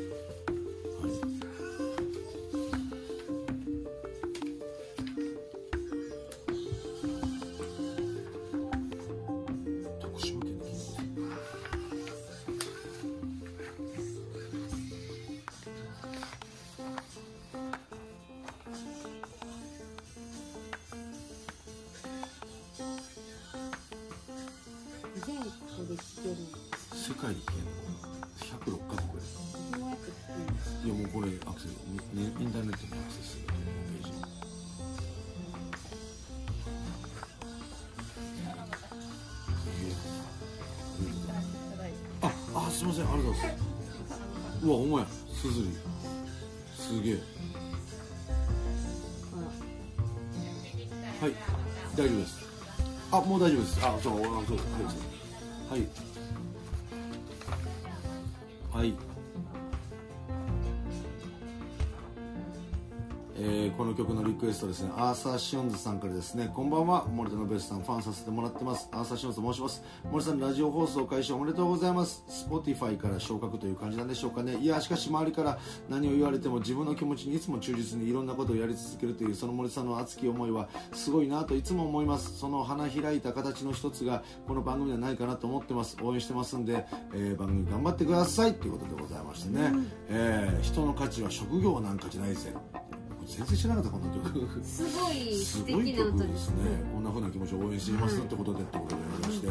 世界で聞けるの106カ国です。いやもうこれアクセスインターネットにアクセスするホームページ。すいません、ありがとうございます。うわ、ほんまや、すずりすげえ。はい、大丈夫です。もう大丈夫です。そうです。はい。 この曲のリクエストですね、アーサー・シオンズさんからですね。こんばんは、森田のベースさんファンさせてもらってます、アーサー・シオンズと申します。森さん、ラジオ放送開始おめでとうございます。 Spotify から昇格という感じなんでしょうかね。いや、しかし周りから何を言われても自分の気持ちにいつも忠実にいろんなことをやり続けるというその森さんの熱き思いはすごいなといつも思います。その花開いた形の一つがこの番組ではないかなと思ってます。応援してますんで、番組頑張ってくださいということでございましてね、人の価値は職業なんかじゃないぜ。全然知らなかったこの曲。 すごい素敵な歌ですね。 こんな風な気持ちを応援していますってことでってことでありまして、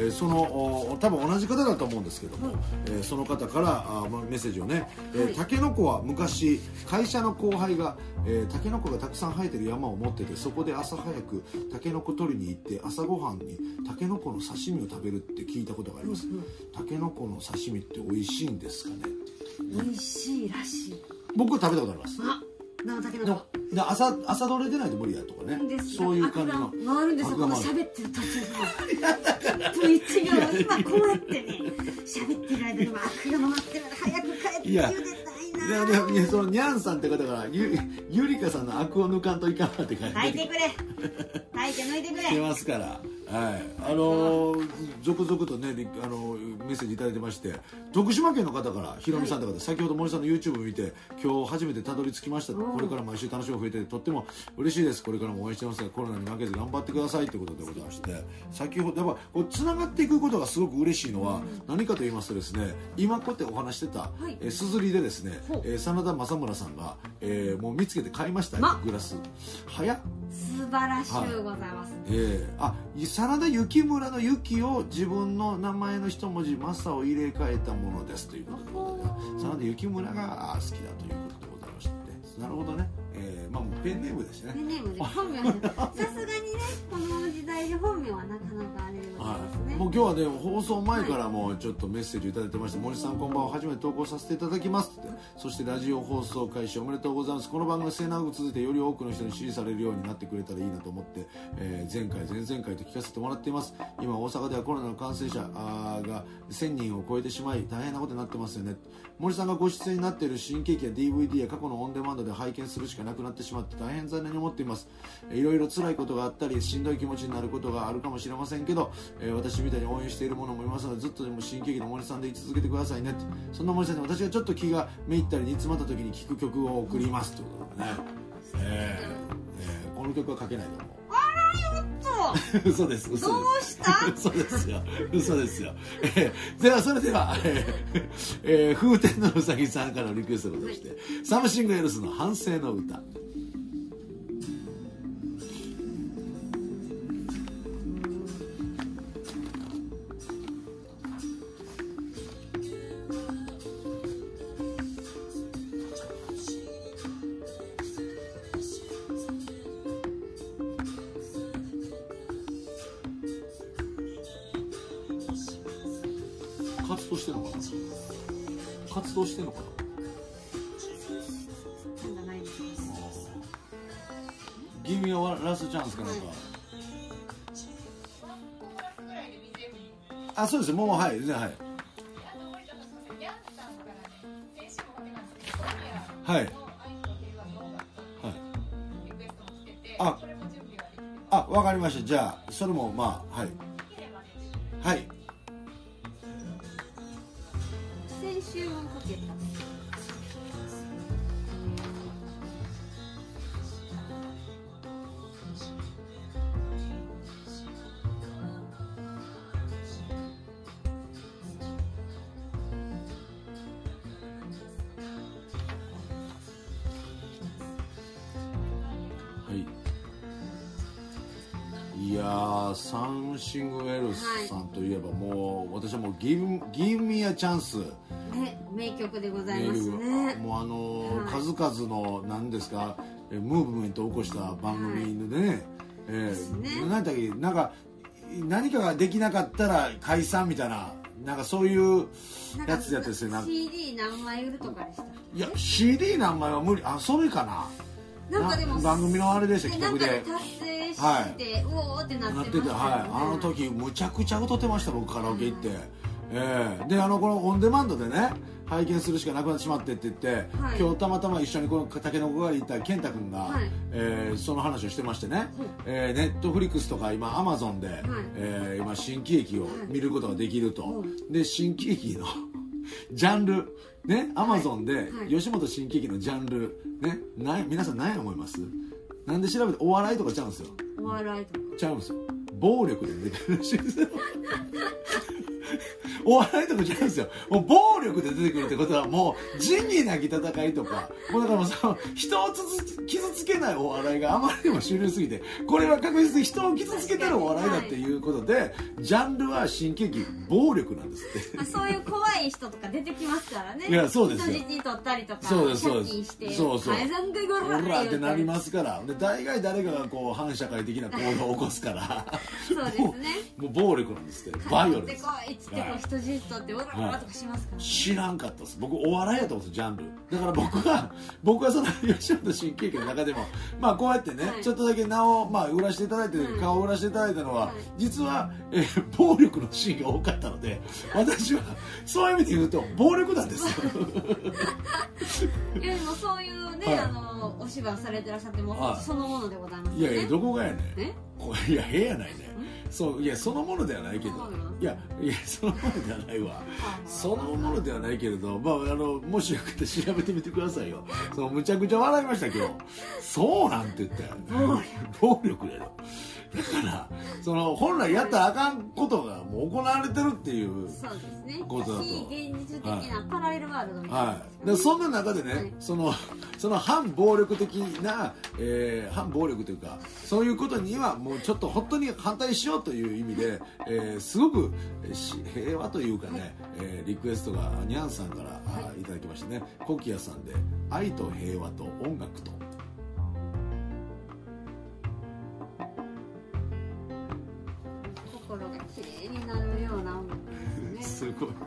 その多分同じ方だと思うんですけども、その方からメッセージをね、タケノコは昔会社の後輩がタケノコがたくさん生えてる山を持ってて、そこで朝早くタケノコ取りに行って朝ごはんにタケノコの刺身を食べるって聞いたことがあります。タケノコの刺身って美味しいんですかね。 美味しいらしい。 僕は食べたことあります。で朝どれ出ないと無理やとかね、そういう感じの回るんですよ。この喋ってる途中のプイッチが今こうやってね喋ってる間にアクが回ってる。早く帰って茹でたいな。 そのニャンさんって方からゆりかさんのアクを抜かんといかんなって書いて書いてくれ、書いて抜いてくれ。 来ますから。はい、続々とねメッセージいただいてまして、徳島県の方からひろみさんって方、先ほど森さんの YouTube 見て今日初めてたどり着きました。これから毎週楽しみが増えてとっても嬉しいです。これからも応援してますがコロナに負けず頑張ってくださいということでございまして、先ほどやっぱこうつながっていくことがすごく嬉しいのは何かと言いますとですね、今こうやってお話してたすずりでですね、真田正村さんがもう見つけて買いました、グラス。早っ、 素晴らしゅうございます。 真田幸村の幸を自分の名前の一文字正を入れ替えたものですということでございます。真田幸村が好きだということでございまして、なるほどね。もうペンネームでしたね。 ペンネームで本名さすがにねこの時代で本名はなかなかあれでございますね。 もう今日はね放送前からもうちょっとメッセージをいただいてまして、森さんこんばんは、初めて投稿させていただきますって、そしてラジオ放送開始おめでとうございます。この番組が末永く続いてより多くの人に支持されるようになってくれたらいいなと思って、前回前々回と聞かせてもらっています。今大阪ではコロナの感染者が1000人を超えてしまい大変なことになってますよね。森さんがご出演になっている新喜劇や DVD や過去のオンデマンドで拝見するしかなくなってしまって大変残念に思っています。いろいろ辛いことがあったりしんどい気持ちになることがあるかもしれませんけど、私みたいに応援している者もいますので、ずっとでも新喜劇の森さんで居続けてくださいねって。そんな森さんに私がちょっと気がめいったり煮詰まった時に聴く曲を送りますということでね、この曲は書けないと思う。嘘です。 どうした嘘ですよ。嘘ですよ。ではそれでは、風天のうさぎさんからのリクエストでございまして、サムシングエルスの反省の歌。活動してんのかな。活動してんのかな。ギミはラストチャンスかなんか。あ、そうです。もうはい、はい。はい。わかりました。じゃあそれもまあはい。はい。 先週もかけた。 いやー、サンシングエルスさんといえば、もう私はもうGive Me a Chance、 ね、名曲でございますね。 もう数々の何ですかムーブメントを起こした番組でね、なんだっけ、なんか何かができなかったら解散みたいな、なんかそういうやつやったですよ。 CD 何枚売るとかでしたっけ？ いや CD 何枚は無理。あ、それかな。 なんかでも番組のあれでした、企画で達成して、うおーってなってましたよね。 あの時むちゃくちゃ歌ってました、僕カラオケ行って。でこのオンデマンドでね、 拝見するしかなくなってしまってって言って、今日たまたま一緒にこのたけのこ狩り行った健太君が、その話をしてましてね、ネットフリックスとか今アマゾンで、今新喜劇を見ることができると、で新喜劇のジャンルね、アマゾンで吉本新喜劇のジャンルね、皆さん何や思います？なんで調べてお笑いとかちゃうんですよ。 お笑いとかちゃうんですよ。暴力で出てくるらしいですよ。お笑いとかちゃうんですよ。もう暴力で出てくるってことはもう仁義なき戦いとか、もうだからもうその人を傷つけないお笑いがあまりにも主流すぎて、これは確実に人を傷つけてるお笑いだっていうことで、ジャンルは新喜劇暴力なんですって。 そういう怖い人とか出てきますからね。 いやそうですよ。 人質取ったりとか、 そうですそうです。 借金して、 そうそう。 ゴラってなりますから。で大概誰かがこう反社会的な行動を起こすから。 そうですね。 もう暴力なんですって。バイオレンス。 でこいっつってこう人質取ってオラオラとかしますから。 知らんかったです。僕お笑いやと思うんですジャンル。だから僕はその吉本新喜劇の中でもまあこうやってね、ちょっとだけ名をまあ売らせていただいて、顔を売らせていただいたのは、実は暴力のシーンが多かったので、私はそういう意味で言うと暴力なんですよ。 いやでもそういうね、お芝居されてらっしゃってもそのものでございますよね。 いやどこがやねん。いやへやないね。そういやそのものではないけど、いやそのものではないわ。そのものではないけれど、まあもしよかったら調べてみてくださいよ。そのむちゃくちゃ笑いましたけど、そうなんて言ったよ。暴力だよ。だからその本来やったらあかんことがもう行われてるっていうことだと。 非現実的なパラレルワールドみたいな。 はい。でそんな中でね、その反暴力的な、反暴力というかそういうことにはもうちょっと本当に反対しようという意味で、すごく平和というかね、リクエストがニャンさんからいただきましてね、コキヤさんで「愛と平和と音楽と」。 心がきれいになるような音楽ですね。 すごい。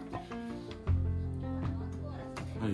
はい。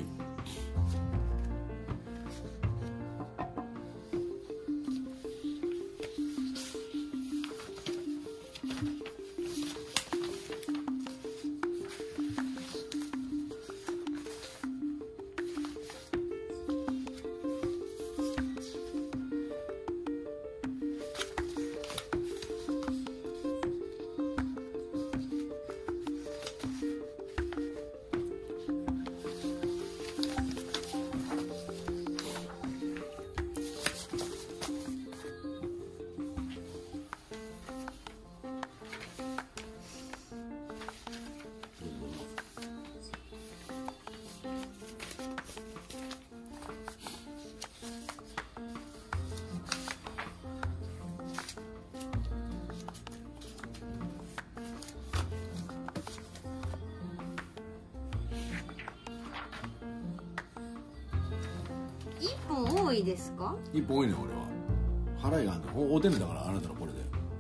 一本多いですか？ 一本多いね俺は。払いがあんの。お手目だからあなたのこれで。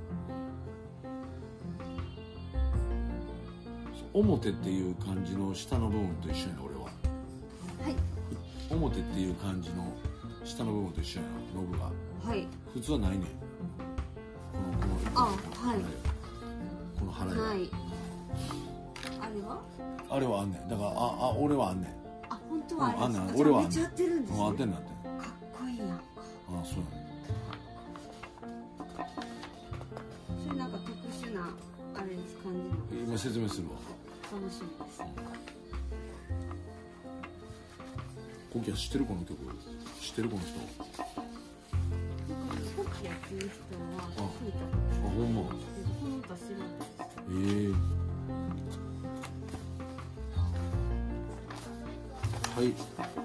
表っていう漢字の下の部分と一緒やな俺は。はい。表っていう漢字の下の部分と一緒やなノブが。はい。普通はないね。このはい。この払いが。はい。あれはあんねん。だから俺はあんねん。 本当はあんねん。 俺はめっちゃ合ってるんですね。 合ってんだって。 かっこいいやんか。 そうなの。 それなんか特殊なあれです感じの。 今説明するわ。 楽しみです。 コキヤ知ってるこの曲？知ってるこの人？ コキヤっていう人は聞いた。 ほんま。 この歌知らないです。 はい。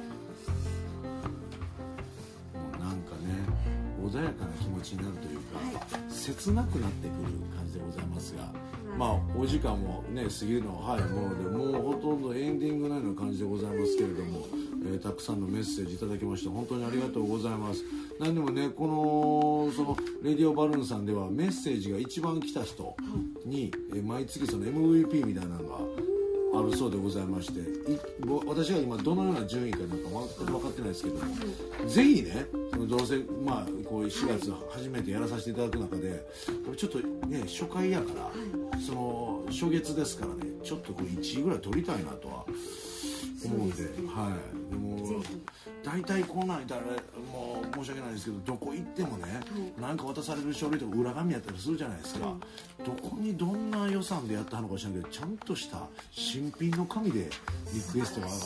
なんかね、穏やかな気持ちになるというか、切なくなってくる感じでございますが、まあお時間もね過ぎるのは早いもので、もうほとんどエンディングのような感じでございますけれども、たくさんのメッセージいただきまして本当にありがとうございます。何でもね、そのレディオバルーンさんではメッセージが一番来た人に毎月その MVP みたいなのがあるそうでございまして、私が今どのような順位かなんか分かってないですけども、ぜひね、どうせまあこう4月初めてやらさせていただく中で、ちょっとね初回やから、その初月ですからね、ちょっとこう1位ぐらい取りたいなとは思うんで、はい。でも大体こんなん言ったらもう申し訳ないですけど、どこ行ってもね、なんか渡される書類とか裏紙やったりするじゃないですか。どこにどんな予算でやったのか知らんけど、ちゃんとした新品の紙でリクエストが上がって、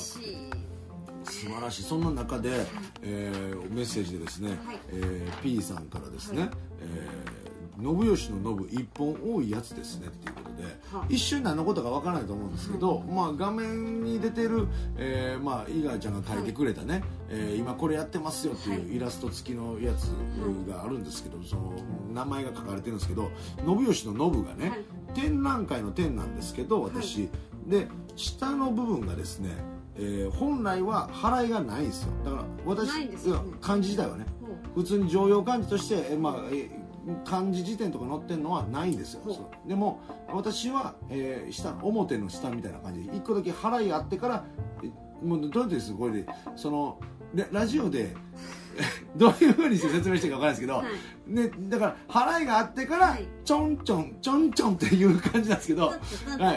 素晴らしい。そんな中で、メッセージでですね、P さんからですね、信義の信一本多いやつですねっていうことで、一瞬何のことかわからないと思うんですけど、まあ画面に出てる、まあ井川ちゃんが描いてくれたね、今これやってますよっていうイラスト付きのやつがあるんですけど、その名前が書かれてるんですけど、信義の信がね、展覧会の展なんですけど、私で下の部分がですね、本来は払いがないんですよ。だから私、漢字自体はね、普通に常用漢字として、まあ漢字辞典とか載ってるのはないんですよ。でも私は、下表の下みたいな感じで1個だけ払いあってから、もうどうやってですこれでそのラジオでどういうふうにして説明してるか分からないですけど、ね、だから払いがあってからちょんちょんちょんちょんっていう感じなんですけど、はいはい、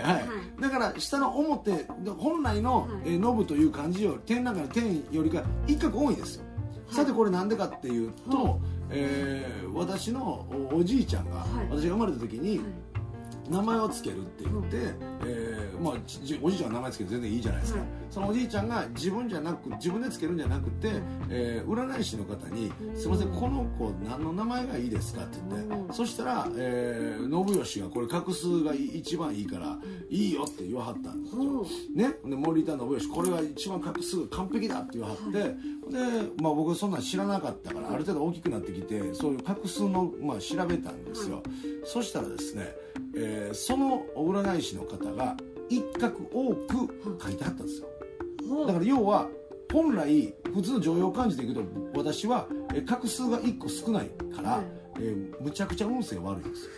だから下の表本来の「ノブ」という漢字より点なんかの点よりか一画多いんですよ。さてこれなんでかっていうと、私のおじいちゃんが、私が生まれた時に名前をつけるって言って、まあ、おじいちゃんが名前つけて全然いいじゃないですか、そのおじいちゃんが自分でつけるんじゃなくて、占い師の方に「すいませんこの子何の名前がいいですか?」って言って、そしたら、信義がこれ画数が一番いいからいいよって言わはったんですよ、ね、で森田信義これが一番画数が完璧だって言わはって、で、まあ、僕そんなん知らなかったからある程度大きくなってきてそういう画数の、まあ、調べたんですよ、そしたらですね、その占い師の方が一画多く書いてあったんですよ。だから要は本来普通の常用漢字でいくと私は画数が1個少ないから、むちゃくちゃ運勢悪いんですよ。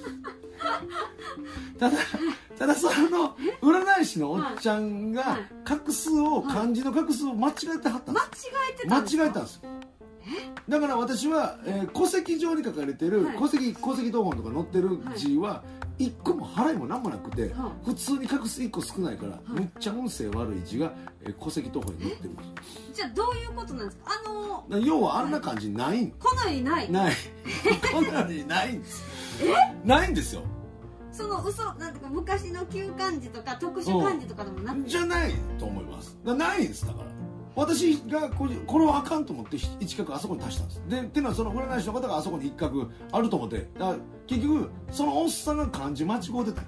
ただその占い師のおっちゃんが画数を漢字の画数を間違えてはったんです。間違えたんですよ。だから私は、戸籍上に書かれてる、戸籍謄本とか載ってる字は1個も払いも何もなくて、普通に画数1個少ないから、めっちゃ運勢悪い字が、戸籍謄本に載ってるんです。 じゃあどういうことなんですか？ 要はあんな感じないん、 このようにないこのようにないんです。ないんですよ。 そのなんていうか昔の旧漢字とか特殊漢字とかでもなくてじゃないと思います。ないんです。だから私がこれはあかんと思って一画あそこに足したんです。でっていうのはその占い師の方があそこに一画あると思って、だから結局そのおっさんが漢字間違うてた。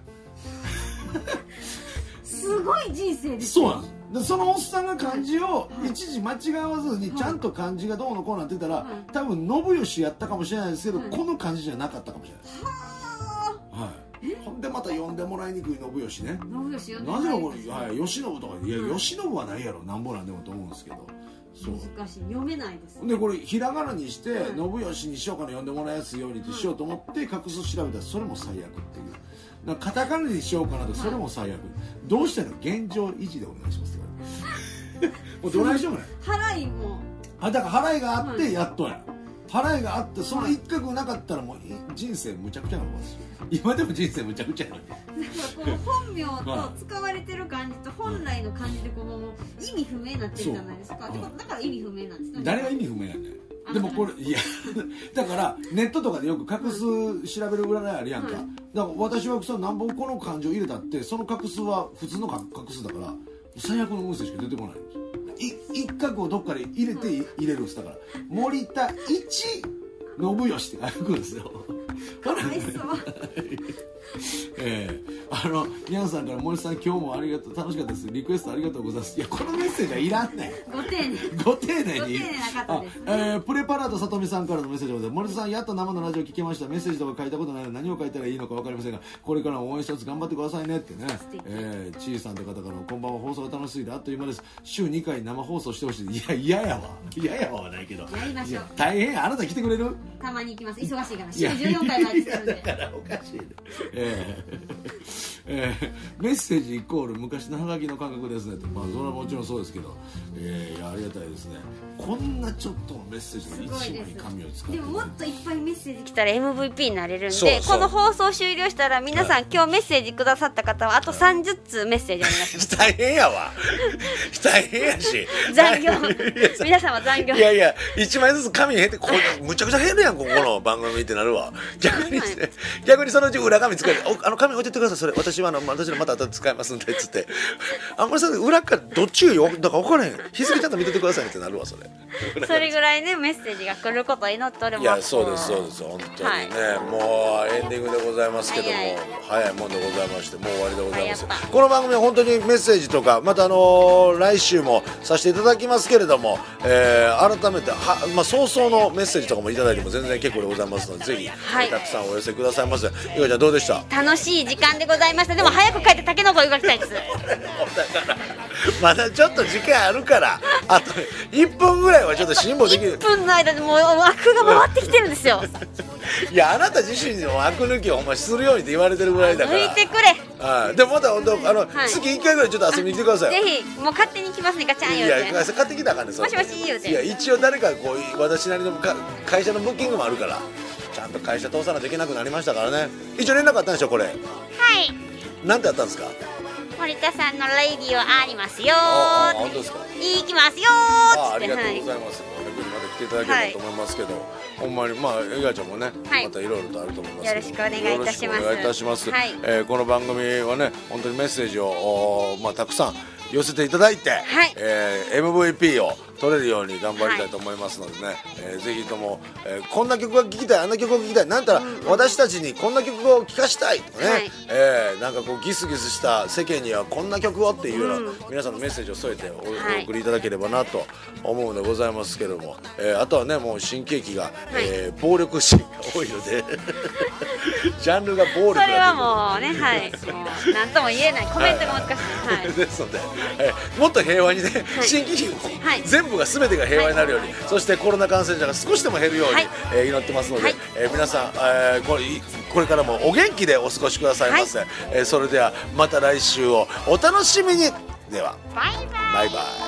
すごい人生ですね。 そうなんです。でそのおっさんが漢字を一時間違わずにちゃんと漢字がどうのこうなってたら、多分信義やったかもしれないですけど、この漢字じゃなかったかもしれないです。はい。ほんでまた呼んでもらいにくい信義ね。信義なぜかこれ、はい、慶喜とかいや慶喜はないやろなんぼなんでもと思うんですけど。 難しい、読めないです、ね、 でこれひらがなにして信義にしようかな、呼んでもらいやすいようにってしようと思って画数調べたらそれも最悪っていう、カタカナにしようかなとそれも最悪、どうしたら現状維持でお願いしますってもうどないしようもない。 払いもだから払いがあってやっとや、払いがあってその一画なかったらもう人生むちゃくちゃなのですよ。今でも人生むちゃくちゃやのに。 なんかこう本名と使われてる漢字と本来の漢字でこう意味不明になってるじゃないですか。だから意味不明なんですよね。 誰が意味不明なんだよ。でもこれいやだからネットとかでよく画数調べる占いあるやんか。だから私は何本この漢字を入れたってその画数は普通の画数だから最悪の運勢しか出てこないんですよ。一画をどっかで入れて入れるんです。だから森田一信義って書くんですよ。 かわいそう。 皆さんから森さん今日もありがとう、楽しかったです、リクエストありがとうございます。いやこのメッセージはいらんねん。ご丁寧になかったです、 プレパラートさとみさんからのメッセージで、森さんやっと生のラジオ聞きました。メッセージとか書いたことないので何を書いたらいいのか分かりませんが、これからも応援一つ頑張ってくださいねってね。ちーさんという方からのこんばんは、放送が楽しいであっという間です、週2回生放送してほしい。いや嫌やわはないけどやりましょう。 大変。あなた来てくれる？ たまに行きます。忙しいから週14回までしてるんで。 だからおかしいね。 メッセージイコール昔のハガキの感覚ですねと、まあそれはもちろんそうですけど、いやありがたいですね。こんなちょっとのメッセージの1枚紙を使って、 でももっといっぱいメッセージ来たら MVP になれるんで、この放送終了したら皆さん、今日メッセージくださった方はあと30通メッセージお願いします。 大変やわ大変やし残業皆さんは残業、 いやいや1枚ずつ紙減って、これむちゃくちゃ減るやんここの番組ってなるわ。逆にそのうち裏紙使えて、紙置いてってください、それ私は私のまた後で使いますんでっつって、あんまりさ裏からどっちよだから分からへん、日付ちゃんと見ててくださいってなるわそれ。 それぐらいねメッセージが来ることを祈っております。 いやそうですそうです本当にね、もうエンディングでございますけども、早いもんでございまして、もう終わりでございます。この番組は本当にメッセージとかまた来週もさせていただきますけれども、改めて早々のメッセージとかもいただいても全然結構でございますので、ぜひ、たくさんお寄せくださいませ。ゆかちゃんどうでした？ 楽しい時間でございました。でも早く帰ってタケノコ湯がきたいです。 だからまだちょっと時間あるから、あと1分ぐらいはちょっと辛抱できる。 1分の間でもう枠が回ってきてるんですよ。 いやあなた自身でも枠抜きをほんまするようにって言われてるぐらいだから。 抜いてくれ。 でもまた月1回ぐらいちょっと遊びに来てください。 ぜひもう勝手に来ますねガチャン言うて。 いや買ってきたらあかんねん。 もしもし言うて。 いや一応誰かこう私なりの会社のブッキングもあるから、ちゃんと会社通さないといけなくなりましたからね。一応連絡あったんでしょこれ。 はい。 なんてあったんですか？ 森田さんのレディオありますよーって。本当ですか？ 行きますよーって。 ありがとうございます。逆にまた来ていただければと思いますけど、ほんまにゆかちゃんもね、またいろいろとあると思います。 よろしくお願いいたします。 お願いいたします。この番組はね、本当にメッセージをたくさん寄せていただいて、MVP を取れるように頑張りたいと思いますのでね、ぜひとも、こんな曲が聴きたい、あんな曲が聴きたい、なんたら私たちにこんな曲を聴かしたいとかね、なんかこうギスギスした世間にはこんな曲をっていうような皆さんのメッセージを添えてお送りいただければなと思うのでございますけども、あとはねもう新喜劇が、暴力シーンが多いのでジャンルが暴力それはもうね、もう何とも言えない、コメントが難しい、 ですので、もっと平和にね、新喜劇も全部が全てが平和になるように、そしてコロナ感染者が少しでも減るように、祈ってますので、皆さん、これからもお元気でお過ごしくださいませ。それではまた来週をお楽しみに。ではバイバイ。